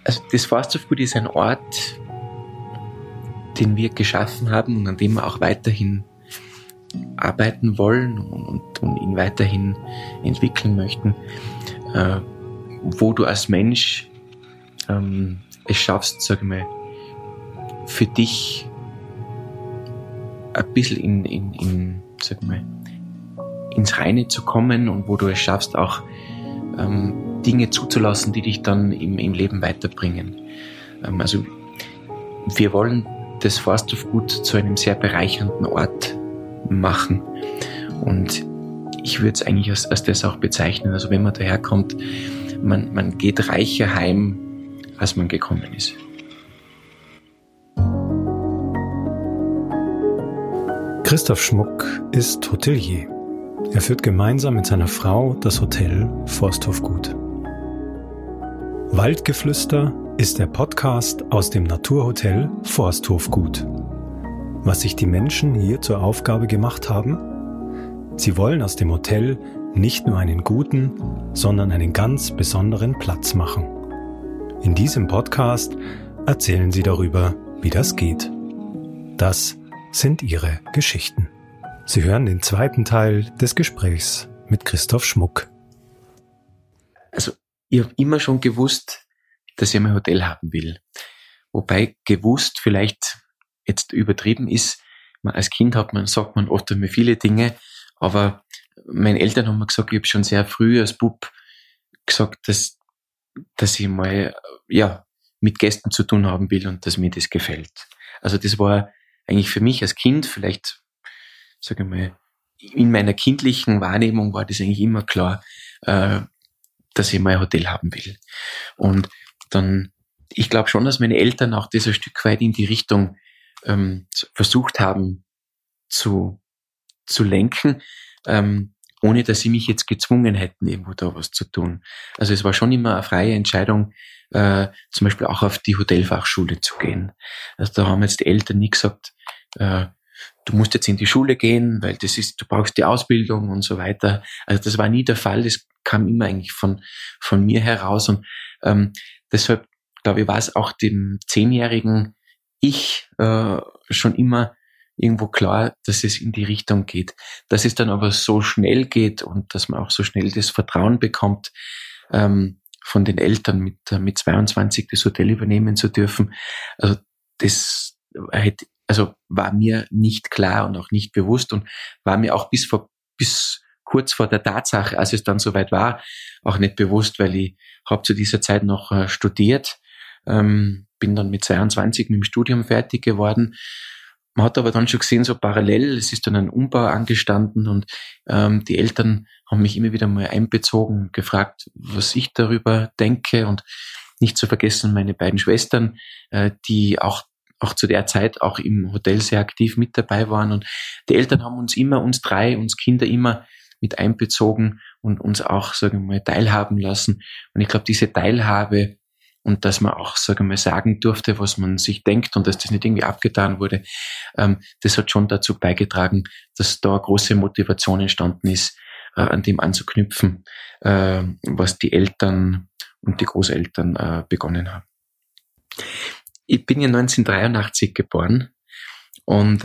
Also das Fast of Good ist ein Ort, den wir geschaffen haben und an dem wir auch weiterhin arbeiten wollen und ihn weiterhin entwickeln möchten, wo du als Mensch es schaffst, sag ich mal, für dich ein bisschen sag ich mal, ins Reine zu kommen und wo du es schaffst, auch Dinge zuzulassen, die dich dann im Leben weiterbringen. Also wir wollen das Fast of Good zu einem sehr bereichernden Ort machen. Und ich würde es eigentlich als das auch bezeichnen. Also wenn man daherkommt, man geht reicher heim, als man gekommen ist. Christoph Schmuck ist Hotelier. Er führt gemeinsam mit seiner Frau das Hotel Forsthof Gut. Waldgeflüster ist der Podcast aus dem Naturhotel Forsthof Gut. Was sich die Menschen hier zur Aufgabe gemacht haben? Sie wollen aus dem Hotel nicht nur einen guten, sondern einen ganz besonderen Platz machen. In diesem Podcast erzählen sie darüber, wie das geht. Das sind ihre Geschichten. Sie hören den zweiten Teil des Gesprächs mit Christoph Schmuck. Also ich habe immer schon gewusst, dass ich ein Hotel haben will. Wobei gewusst vielleicht jetzt übertrieben ist. Als Kind sagt man oft einmal viele Dinge, aber meine Eltern haben mir gesagt, ich habe schon sehr früh als Bub gesagt, dass ich mal mit Gästen zu tun haben will und dass mir das gefällt. Also das war eigentlich für mich als Kind, vielleicht, sage ich mal, in meiner kindlichen Wahrnehmung war das eigentlich immer klar, dass ich mal ein Hotel haben will. Und dann, ich glaube schon, dass meine Eltern auch das ein Stück weit in die Richtung versucht haben zu lenken, ohne dass sie mich jetzt gezwungen hätten, irgendwo da was zu tun. Also es war schon immer eine freie Entscheidung, zum Beispiel auch auf die Hotelfachschule zu gehen. Also da haben jetzt die Eltern nie gesagt, du musst jetzt in die Schule gehen, weil du brauchst die Ausbildung und so weiter. Also das war nie der Fall, das kam immer eigentlich von mir heraus und deshalb, glaube ich, war es auch dem 10-jährigen Ich schon immer irgendwo klar, dass es in die Richtung geht. Dass es dann aber so schnell geht und dass man auch so schnell das Vertrauen bekommt, von den Eltern mit 22 das Hotel übernehmen zu dürfen. Also das war mir nicht klar und auch nicht bewusst und war mir auch bis kurz vor der Tatsache, als es dann soweit war, auch nicht bewusst, weil ich habe zu dieser Zeit noch studiert, bin dann mit 22 mit dem Studium fertig geworden. Man hat aber dann schon gesehen, so parallel, es ist dann ein Umbau angestanden und die Eltern haben mich immer wieder mal einbezogen und gefragt, was ich darüber denke und nicht zu vergessen meine beiden Schwestern, die auch zu der Zeit auch im Hotel sehr aktiv mit dabei waren und die Eltern haben uns Kinder immer mit einbezogen und uns auch, sagen wir mal, teilhaben lassen und ich glaube, diese Teilhabe und dass man auch, sagen wir mal, sagen durfte, was man sich denkt und dass das nicht irgendwie abgetan wurde, das hat schon dazu beigetragen, dass da große Motivation entstanden ist, an dem anzuknüpfen, was die Eltern und die Großeltern begonnen haben. Ich bin ja 1983 geboren und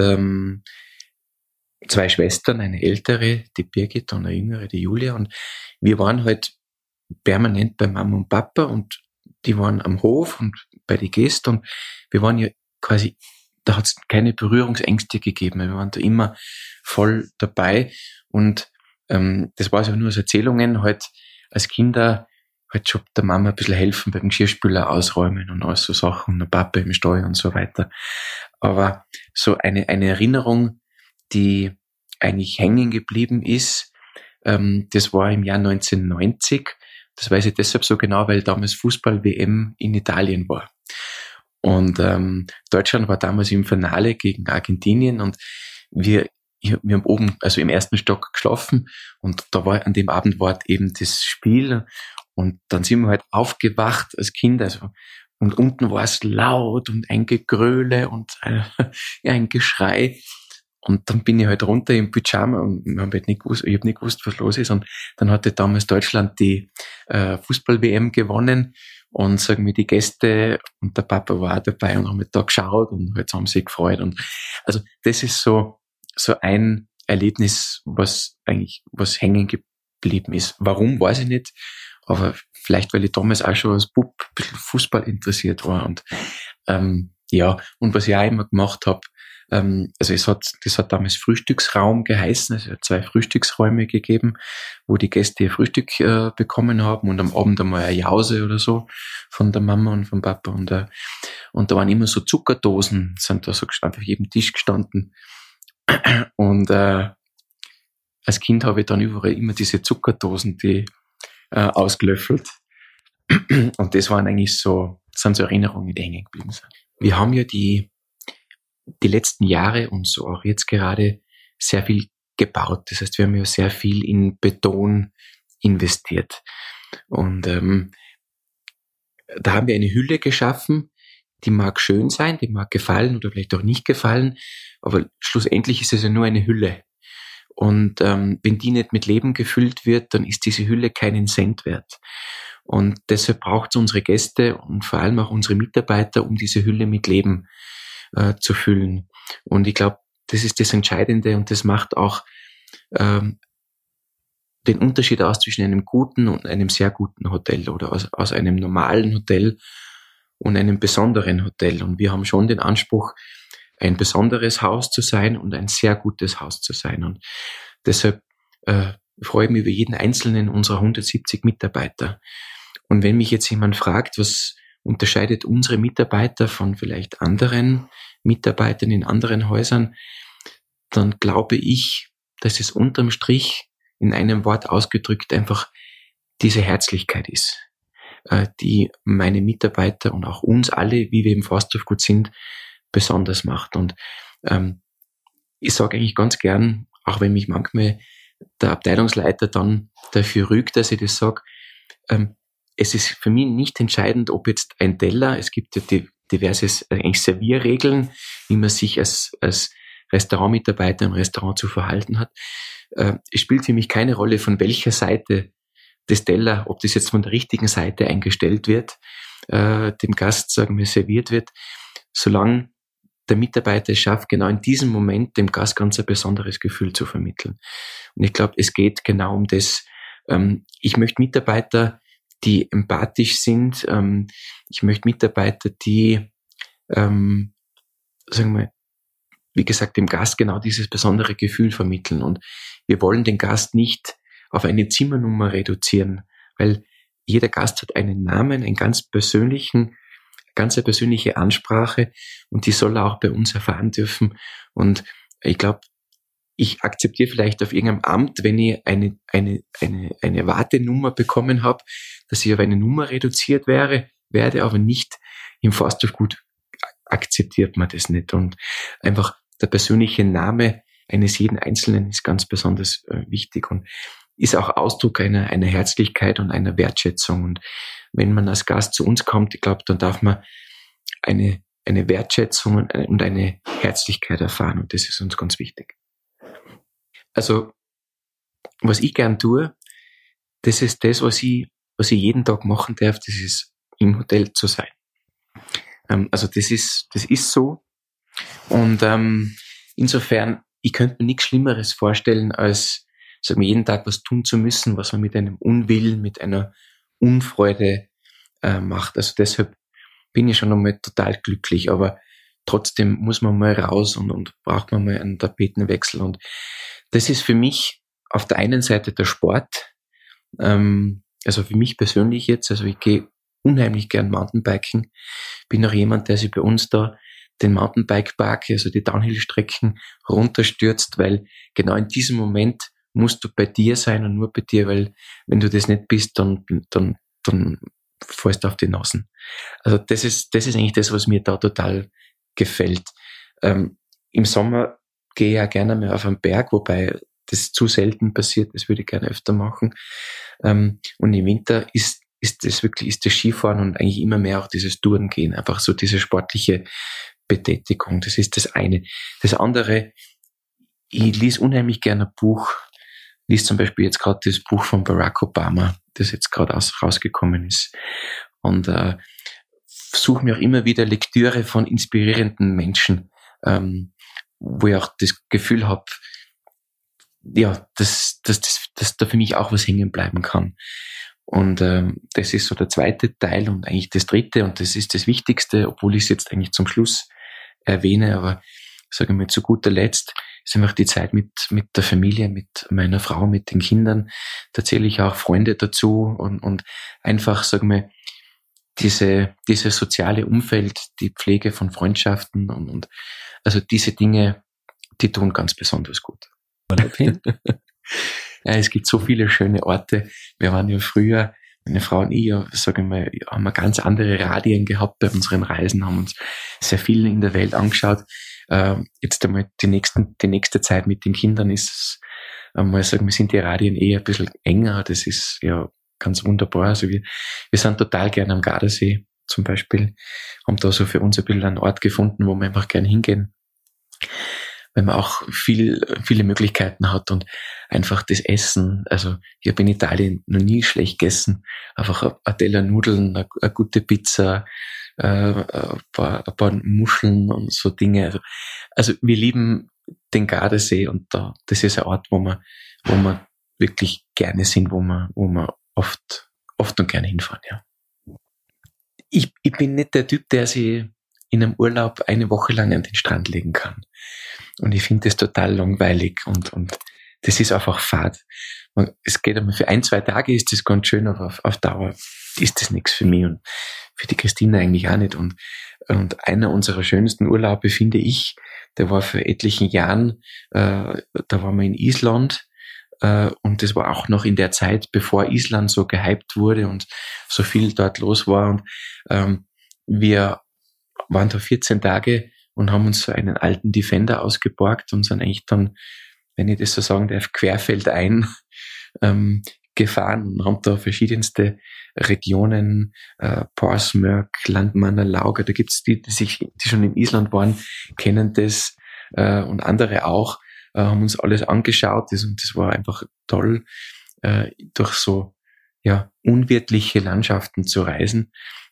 2 Schwestern, eine ältere, die Birgit, und eine jüngere, die Julia, und wir waren halt permanent bei Mama und Papa und die waren am Hof und bei den Gästen und wir waren ja quasi, da hat es keine Berührungsängste gegeben, wir waren da immer voll dabei und das war so nur aus Erzählungen, halt als Kinder halt schon der Mama ein bisschen helfen beim Geschirrspüler ausräumen und all so Sachen und der Papa im Stall und so weiter. Aber so eine Erinnerung, die eigentlich hängen geblieben ist, das war im Jahr 1990. Das weiß ich deshalb so genau, weil damals Fußball-WM in Italien war. Und Deutschland war damals im Finale gegen Argentinien und wir haben oben, also im ersten Stock geschlafen und an dem Abend war eben das Spiel und dann sind wir halt aufgewacht als Kinder, also, und unten war es laut und ein Gegröle und ein Geschrei. Und dann bin ich halt runter im Pyjama und ich habe nicht gewusst, was los ist. Und dann hatte damals Deutschland die Fußball-WM gewonnen Und sagen wir, die Gäste und der Papa war auch dabei und haben mit da geschaut und jetzt haben sie sich gefreut. Und also das ist so ein Erlebnis, was hängen geblieben ist. Warum, weiß ich nicht. Aber vielleicht, weil ich damals auch schon als Bub ein bisschen Fußball interessiert war. Und und was ich auch immer gemacht habe, das hat damals Frühstücksraum geheißen. Es hat 2 Frühstücksräume gegeben, wo die Gäste ihr Frühstück bekommen haben und am Abend einmal eine Jause oder so von der Mama und vom Papa. Und da waren immer so Zuckerdosen, sind da so auf jedem Tisch gestanden. Und als Kind habe ich dann überall immer diese Zuckerdosen, die ausgelöffelt. Und das waren eigentlich sind so Erinnerungen, die hängen geblieben sind. Wir haben ja die letzten Jahre und so auch jetzt gerade sehr viel gebaut. Das heißt, wir haben ja sehr viel in Beton investiert. Und da haben wir eine Hülle geschaffen, die mag schön sein, die mag gefallen oder vielleicht auch nicht gefallen, aber schlussendlich ist es ja nur eine Hülle. Und wenn die nicht mit Leben gefüllt wird, dann ist diese Hülle keinen Cent wert. Und deshalb braucht es unsere Gäste und vor allem auch unsere Mitarbeiter, um diese Hülle mit Leben zu füllen. Und ich glaube, das ist das Entscheidende und das macht auch den Unterschied aus zwischen einem guten und einem sehr guten Hotel oder aus einem normalen Hotel und einem besonderen Hotel. Und wir haben schon den Anspruch, ein besonderes Haus zu sein und ein sehr gutes Haus zu sein. Und deshalb freue ich mich über jeden einzelnen unserer 170 Mitarbeiter. Und wenn mich jetzt jemand fragt, was unterscheidet unsere Mitarbeiter von vielleicht anderen Mitarbeitern in anderen Häusern, dann glaube ich, dass es unterm Strich in einem Wort ausgedrückt einfach diese Herzlichkeit ist, die meine Mitarbeiter und auch uns alle, wie wir im Forsthofgut sind, besonders macht. Und ich sage eigentlich ganz gern, auch wenn mich manchmal der Abteilungsleiter dann dafür rügt, dass ich das sage, es ist für mich nicht entscheidend, ob jetzt ein Teller, es gibt ja diverse eigentlich Servierregeln, wie man sich als Restaurantmitarbeiter im Restaurant zu verhalten hat. Es spielt für mich keine Rolle, von welcher Seite des Teller, ob das jetzt von der richtigen Seite eingestellt wird, dem Gast, sagen wir, serviert wird, solange der Mitarbeiter es schafft, genau in diesem Moment dem Gast ganz ein besonderes Gefühl zu vermitteln. Und ich glaube, es geht genau um das. Ich möchte Mitarbeiter, die empathisch sind. Ich möchte Mitarbeiter, die, sagen wir, wie gesagt, dem Gast genau dieses besondere Gefühl vermitteln. Und wir wollen den Gast nicht auf eine Zimmernummer reduzieren, weil jeder Gast hat einen Namen, eine ganz persönliche Ansprache und die soll er auch bei uns erfahren dürfen. Und ich glaube, ich akzeptiere vielleicht auf irgendeinem Amt, wenn ich eine Wartenummer bekommen habe, dass ich auf eine Nummer reduziert werde, aber nicht im Forsthofgut akzeptiert man das nicht. Und einfach der persönliche Name eines jeden Einzelnen ist ganz besonders wichtig und ist auch Ausdruck einer Herzlichkeit und einer Wertschätzung. Und wenn man als Gast zu uns kommt, ich glaube, dann darf man eine Wertschätzung und eine Herzlichkeit erfahren. Und das ist uns ganz wichtig. Also, was ich gern tue, das ist das, was ich jeden Tag machen darf, das ist im Hotel zu sein. Also das ist so. Und insofern, ich könnte mir nichts Schlimmeres vorstellen, als sagen wir, jeden Tag was tun zu müssen, was man mit einem Unwillen, mit einer Unfreude macht. Also deshalb bin ich schon einmal total glücklich, aber trotzdem muss man mal raus und braucht man mal einen Tapetenwechsel. Und das ist für mich auf der einen Seite der Sport, also für mich persönlich jetzt, also ich gehe unheimlich gern Mountainbiken, bin auch jemand, der sich bei uns da den Mountainbike-Park, also die Downhill-Strecken runterstürzt, weil genau in diesem Moment musst du bei dir sein und nur bei dir, weil wenn du das nicht bist, dann fällst du auf die Nasen. Also das ist eigentlich das, was mir da total gefällt. Im Sommer gehe ich ja gerne mal auf einen Berg, wobei das zu selten passiert, das würde ich gerne öfter machen. Und im Winter ist das Skifahren und eigentlich immer mehr auch dieses Tourengehen, einfach so diese sportliche Betätigung, das ist das eine. Das andere, ich lese unheimlich gerne ein Buch, lese zum Beispiel jetzt gerade das Buch von Barack Obama, das jetzt gerade rausgekommen ist. und suche mir auch immer wieder Lektüre von inspirierenden Menschen, wo ich auch das Gefühl habe, ja, dass da für mich auch was hängen bleiben kann. Und das ist so der zweite Teil und eigentlich das dritte, und das ist das Wichtigste, obwohl ich es jetzt eigentlich zum Schluss erwähne, aber sage ich mal, zu guter Letzt ist einfach die Zeit mit der Familie, mit meiner Frau, mit den Kindern, tatsächlich auch Freunde dazu und einfach, sage ich mal, dieses soziale Umfeld, die Pflege von Freundschaften und also diese Dinge, die tun ganz besonders gut. Ja, es gibt so viele schöne Orte. Wir waren ja früher, meine Frau und ich, sage ich mal, haben wir ganz andere Radien gehabt bei unseren Reisen, haben uns sehr viel in der Welt angeschaut. Jetzt einmal die nächste Zeit mit den Kindern ist es einmal, sagen wir, sind die Radien eher ein bisschen enger. Das ist ja ganz wunderbar. Also wir sind total gern am Gardasee zum Beispiel, haben da so für uns ein bisschen einen Ort gefunden, wo wir einfach gern hingehen, weil man auch viele Möglichkeiten hat und einfach das Essen, also ich habe in Italien noch nie schlecht gegessen, einfach ein Teller Nudeln, eine gute Pizza, ein paar Muscheln und so Dinge. Also wir lieben den Gardasee und das ist ein Ort, wo wir wirklich gerne sind, wo wir oft und gerne hinfahren, ja. Ich bin nicht der Typ, der sich in einem Urlaub eine Woche lang an den Strand legen kann. Und ich finde das total langweilig und das ist einfach fad. Es geht einmal für 1-2 Tage ist das ganz schön, aber auf Dauer ist das nichts für mich und für die Christine eigentlich auch nicht. Und einer unserer schönsten Urlaube, finde ich, der war vor etlichen Jahren, da waren wir in Island, und das war auch noch in der Zeit, bevor Island so gehypt wurde und so viel dort los war. Und wir waren da 14 Tage und haben uns so einen alten Defender ausgeborgt und sind eigentlich dann, wenn ich das so sagen darf, querfeldein gefahren und haben da verschiedenste Regionen, Porsmörk, Landmanner, Lauger, da gibt's die schon in Island waren, kennen das, und andere auch, haben uns alles angeschaut, und das war einfach toll, durch so, ja, unwirtliche Landschaften zu reisen.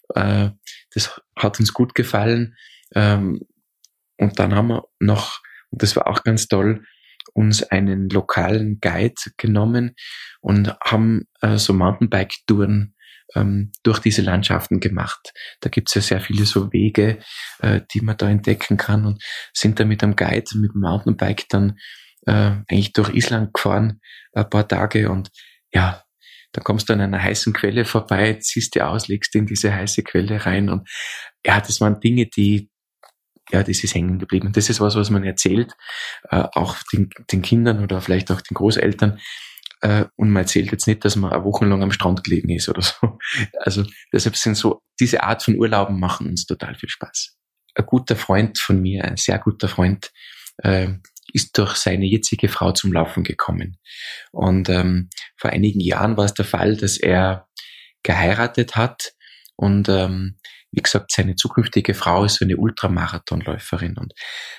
Das hat uns gut gefallen. Und dann haben wir noch, und das war auch ganz toll, uns einen lokalen Guide genommen und haben so Mountainbike-Touren durch diese Landschaften gemacht. Da gibt's ja sehr viele so Wege, die man da entdecken kann, und sind da mit einem Guide, mit dem Mountainbike dann eigentlich durch Island gefahren, ein paar Tage, und ja, da kommst du an einer heißen Quelle vorbei, ziehst dir aus, legst in diese heiße Quelle rein, und ja, das waren Dinge, das ist hängen geblieben. Und das ist was man erzählt, auch den Kindern oder vielleicht auch den Großeltern. Und man erzählt jetzt nicht, dass man eine Woche lang am Strand gelegen ist oder so. Also deshalb sind so, diese Art von Urlauben machen uns total viel Spaß. Ein guter Freund von mir, ein sehr guter Freund, ist durch seine jetzige Frau zum Laufen gekommen. Und vor einigen Jahren war es der Fall, dass er geheiratet hat und wie gesagt, seine zukünftige Frau ist so eine Ultramarathonläuferin. Und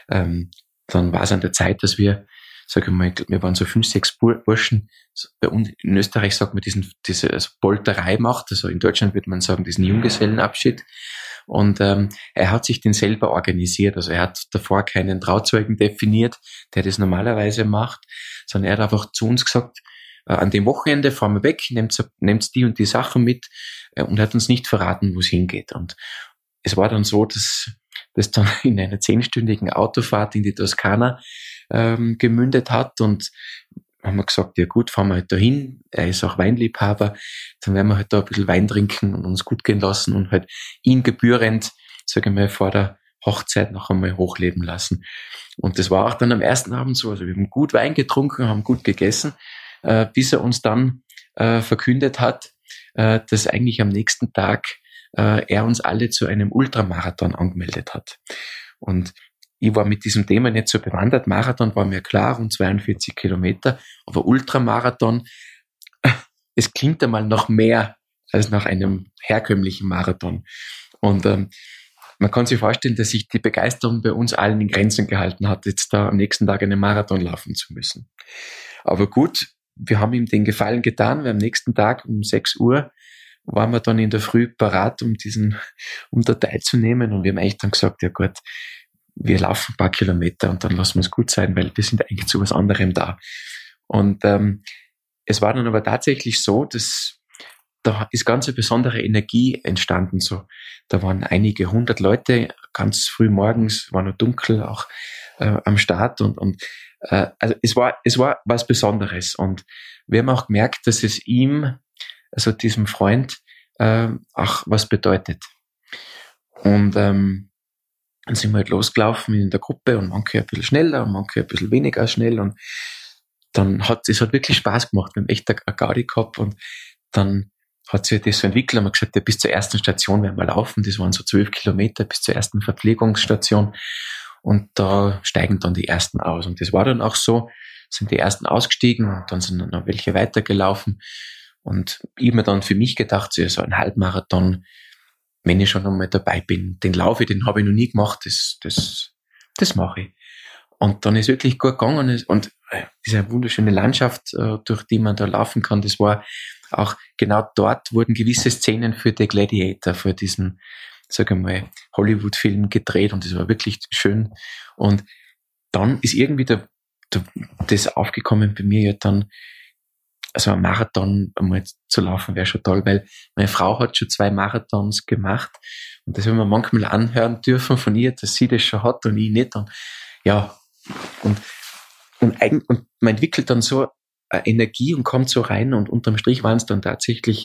dann war es an der Zeit, dass wir, sag ich mal, wir waren so 5, 6 Burschen. Bei uns in Österreich sagt man diese also Polterei macht. Also in Deutschland würde man sagen, diesen Junggesellenabschied. Und er hat sich den selber organisiert. Also er hat davor keinen Trauzeugen definiert, der das normalerweise macht, sondern er hat einfach zu uns gesagt, an dem Wochenende fahren wir weg, nehmt die und die Sachen mit, und hat uns nicht verraten, wo es hingeht. Und es war dann so, dass das dann in einer 10-stündigen Autofahrt in die Toskana gemündet hat, und haben wir gesagt, ja gut, fahren wir halt dahin. Er ist auch Weinliebhaber, dann werden wir halt da ein bisschen Wein trinken und uns gut gehen lassen und halt ihn gebührend, sage ich mal, vor der Hochzeit noch einmal hochleben lassen. Und das war auch dann am ersten Abend so. Also wir haben gut Wein getrunken, haben gut gegessen, bis er uns dann verkündet hat, dass eigentlich am nächsten Tag er uns alle zu einem Ultramarathon angemeldet hat. Und ich war mit diesem Thema nicht so bewandert. Marathon war mir klar, rund 42 Kilometer, aber Ultramarathon, es klingt einmal noch mehr als nach einem herkömmlichen Marathon. Und man kann sich vorstellen, dass sich die Begeisterung bei uns allen in Grenzen gehalten hat, jetzt da am nächsten Tag einen Marathon laufen zu müssen. Aber gut, wir haben ihm den Gefallen getan. Wir am nächsten Tag um 6 Uhr waren wir dann in der Früh parat, um da teilzunehmen. Und wir haben eigentlich dann gesagt, ja gut, wir laufen ein paar Kilometer und dann lassen wir es gut sein, weil wir sind eigentlich zu was anderem da. Und es war dann aber tatsächlich so, dass da ist ganz eine besondere Energie entstanden. So, da waren einige 100 Leute ganz früh morgens, war noch dunkel auch am Start also es war was Besonderes. Und wir haben auch gemerkt, dass es ihm, also diesem Freund, auch was bedeutet. Und dann sind wir halt losgelaufen in der Gruppe und manche ein bisschen schneller und manche ein bisschen weniger schnell. Und dann hat wirklich Spaß gemacht. Wir haben echt eine Gaudi gehabt und dann hat sich das so entwickelt. Haben wir gesagt, ja, bis zur ersten Station werden wir laufen. Das waren so 12 Kilometer bis zur ersten Verpflegungsstation. Und da steigen dann die ersten aus. Und das war dann auch so, sind die ersten ausgestiegen und dann sind noch welche weitergelaufen. Und ich habe mir dann für mich gedacht, so ein Halbmarathon, wenn ich schon einmal dabei bin, den laufe ich, den habe ich noch nie gemacht, das mache ich. Und dann ist wirklich gut gegangen und diese wunderschöne Landschaft, durch die man da laufen kann, das war auch genau dort wurden gewisse Szenen für The Gladiator, für diesen, sage ich mal, Hollywood-Film gedreht und das war wirklich schön. Und dann ist irgendwie das aufgekommen bei mir ja dann, also ein Marathon einmal zu laufen wäre schon toll, weil meine Frau hat schon 2 Marathons gemacht und das haben wir manchmal anhören dürfen von ihr, dass sie das schon hat und ich nicht. Und ja, und man entwickelt dann so eine Energie und kommt so rein und unterm Strich waren es dann tatsächlich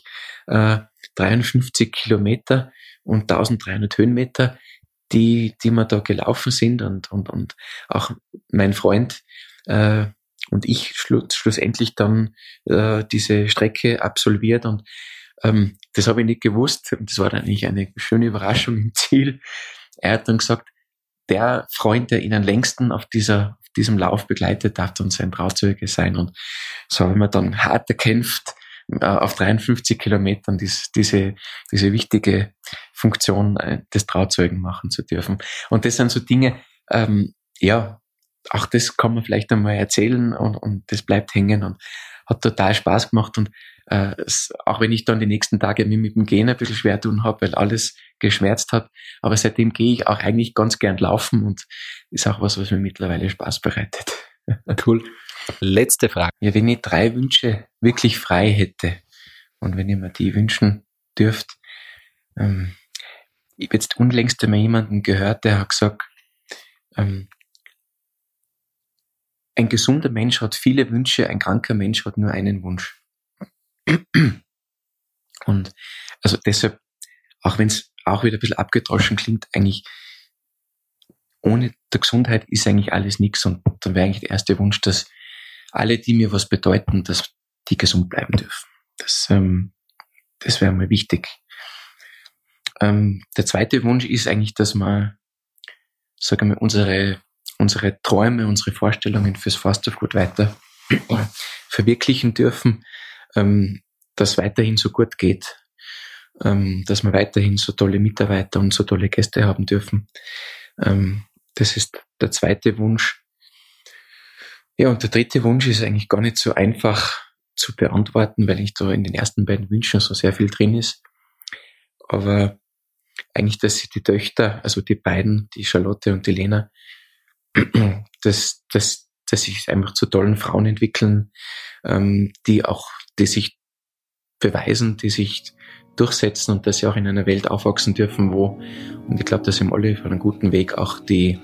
53 Kilometer und 1300 Höhenmeter, die wir da gelaufen sind und auch mein Freund und ich schlussendlich dann diese Strecke absolviert und das habe ich nicht gewusst. Das war dann eigentlich eine schöne Überraschung im Ziel. Er hat dann gesagt, der Freund, der ihn am längsten auf diesem Lauf begleitet, darf dann sein Trauzeuge sein. Und so haben wir dann hart erkämpft, auf 53 Kilometern diese wichtige Funktion des Trauzeugen machen zu dürfen. Und das sind so Dinge, ja, auch das kann man vielleicht einmal erzählen und das bleibt hängen und hat total Spaß gemacht. Und auch wenn ich dann die nächsten Tage mit dem Gehen ein bisschen schwer tun habe, weil alles geschmerzt hat, aber seitdem gehe ich auch eigentlich ganz gern laufen und ist auch was mir mittlerweile Spaß bereitet. Cool. Letzte Frage. Ja, wenn ich 3 Wünsche wirklich frei hätte und wenn ihr mir die wünschen dürft, ich habe jetzt unlängst einmal jemanden gehört, der hat gesagt, ein gesunder Mensch hat viele Wünsche, ein kranker Mensch hat nur einen Wunsch. Und also deshalb, auch wenn es auch wieder ein bisschen abgedroschen klingt, eigentlich ohne der Gesundheit ist eigentlich alles nichts. Und dann wäre eigentlich der erste Wunsch, dass alle, die mir was bedeuten, dass die gesund bleiben dürfen. Das wäre mal wichtig. Der zweite Wunsch ist eigentlich, dass wir, sagen wir, unsere Träume, unsere Vorstellungen fürs Forsthofgut weiter verwirklichen dürfen, dass weiterhin so gut geht, dass wir weiterhin so tolle Mitarbeiter und so tolle Gäste haben dürfen. Das ist der zweite Wunsch. Ja, und der dritte Wunsch ist eigentlich gar nicht so einfach zu beantworten, weil ich da in den ersten beiden Wünschen so sehr viel drin ist. Aber eigentlich, dass sich die Töchter, also die beiden, die Charlotte und die Lena, dass sich einfach zu tollen Frauen entwickeln, die sich beweisen, die sich durchsetzen und dass sie auch in einer Welt aufwachsen dürfen, und ich glaube, dass im alle auf einem guten Weg auch die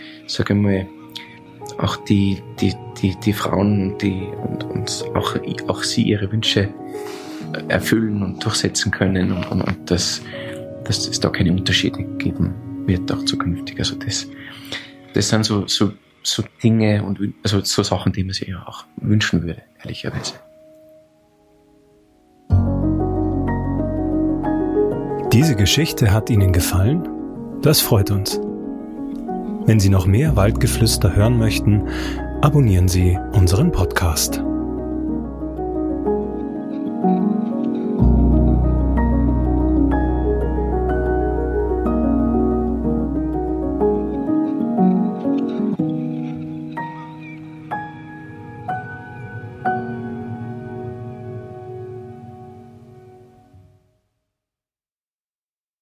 Frauen, und auch sie ihre Wünsche erfüllen und durchsetzen können und dass es da keine Unterschiede geben wird, auch zukünftig. Also das sind so Dinge und also so Sachen, die man sich ja auch wünschen würde, ehrlicherweise. Diese Geschichte hat Ihnen gefallen? Das freut uns. Wenn Sie noch mehr Waldgeflüster hören möchten, abonnieren Sie unseren Podcast.